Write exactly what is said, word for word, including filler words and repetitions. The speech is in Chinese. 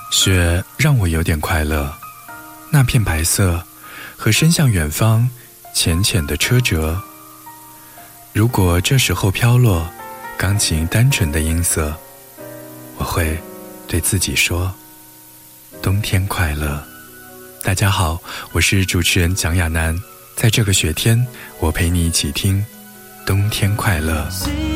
雪让我有点快乐，那片白色和伸向远方浅浅的车辙。如果这时候飘落钢琴单纯的音色，我会对自己说冬天快乐。大家好，我是主持人蒋亚楠，在这个雪天，我陪你一起听冬天快乐。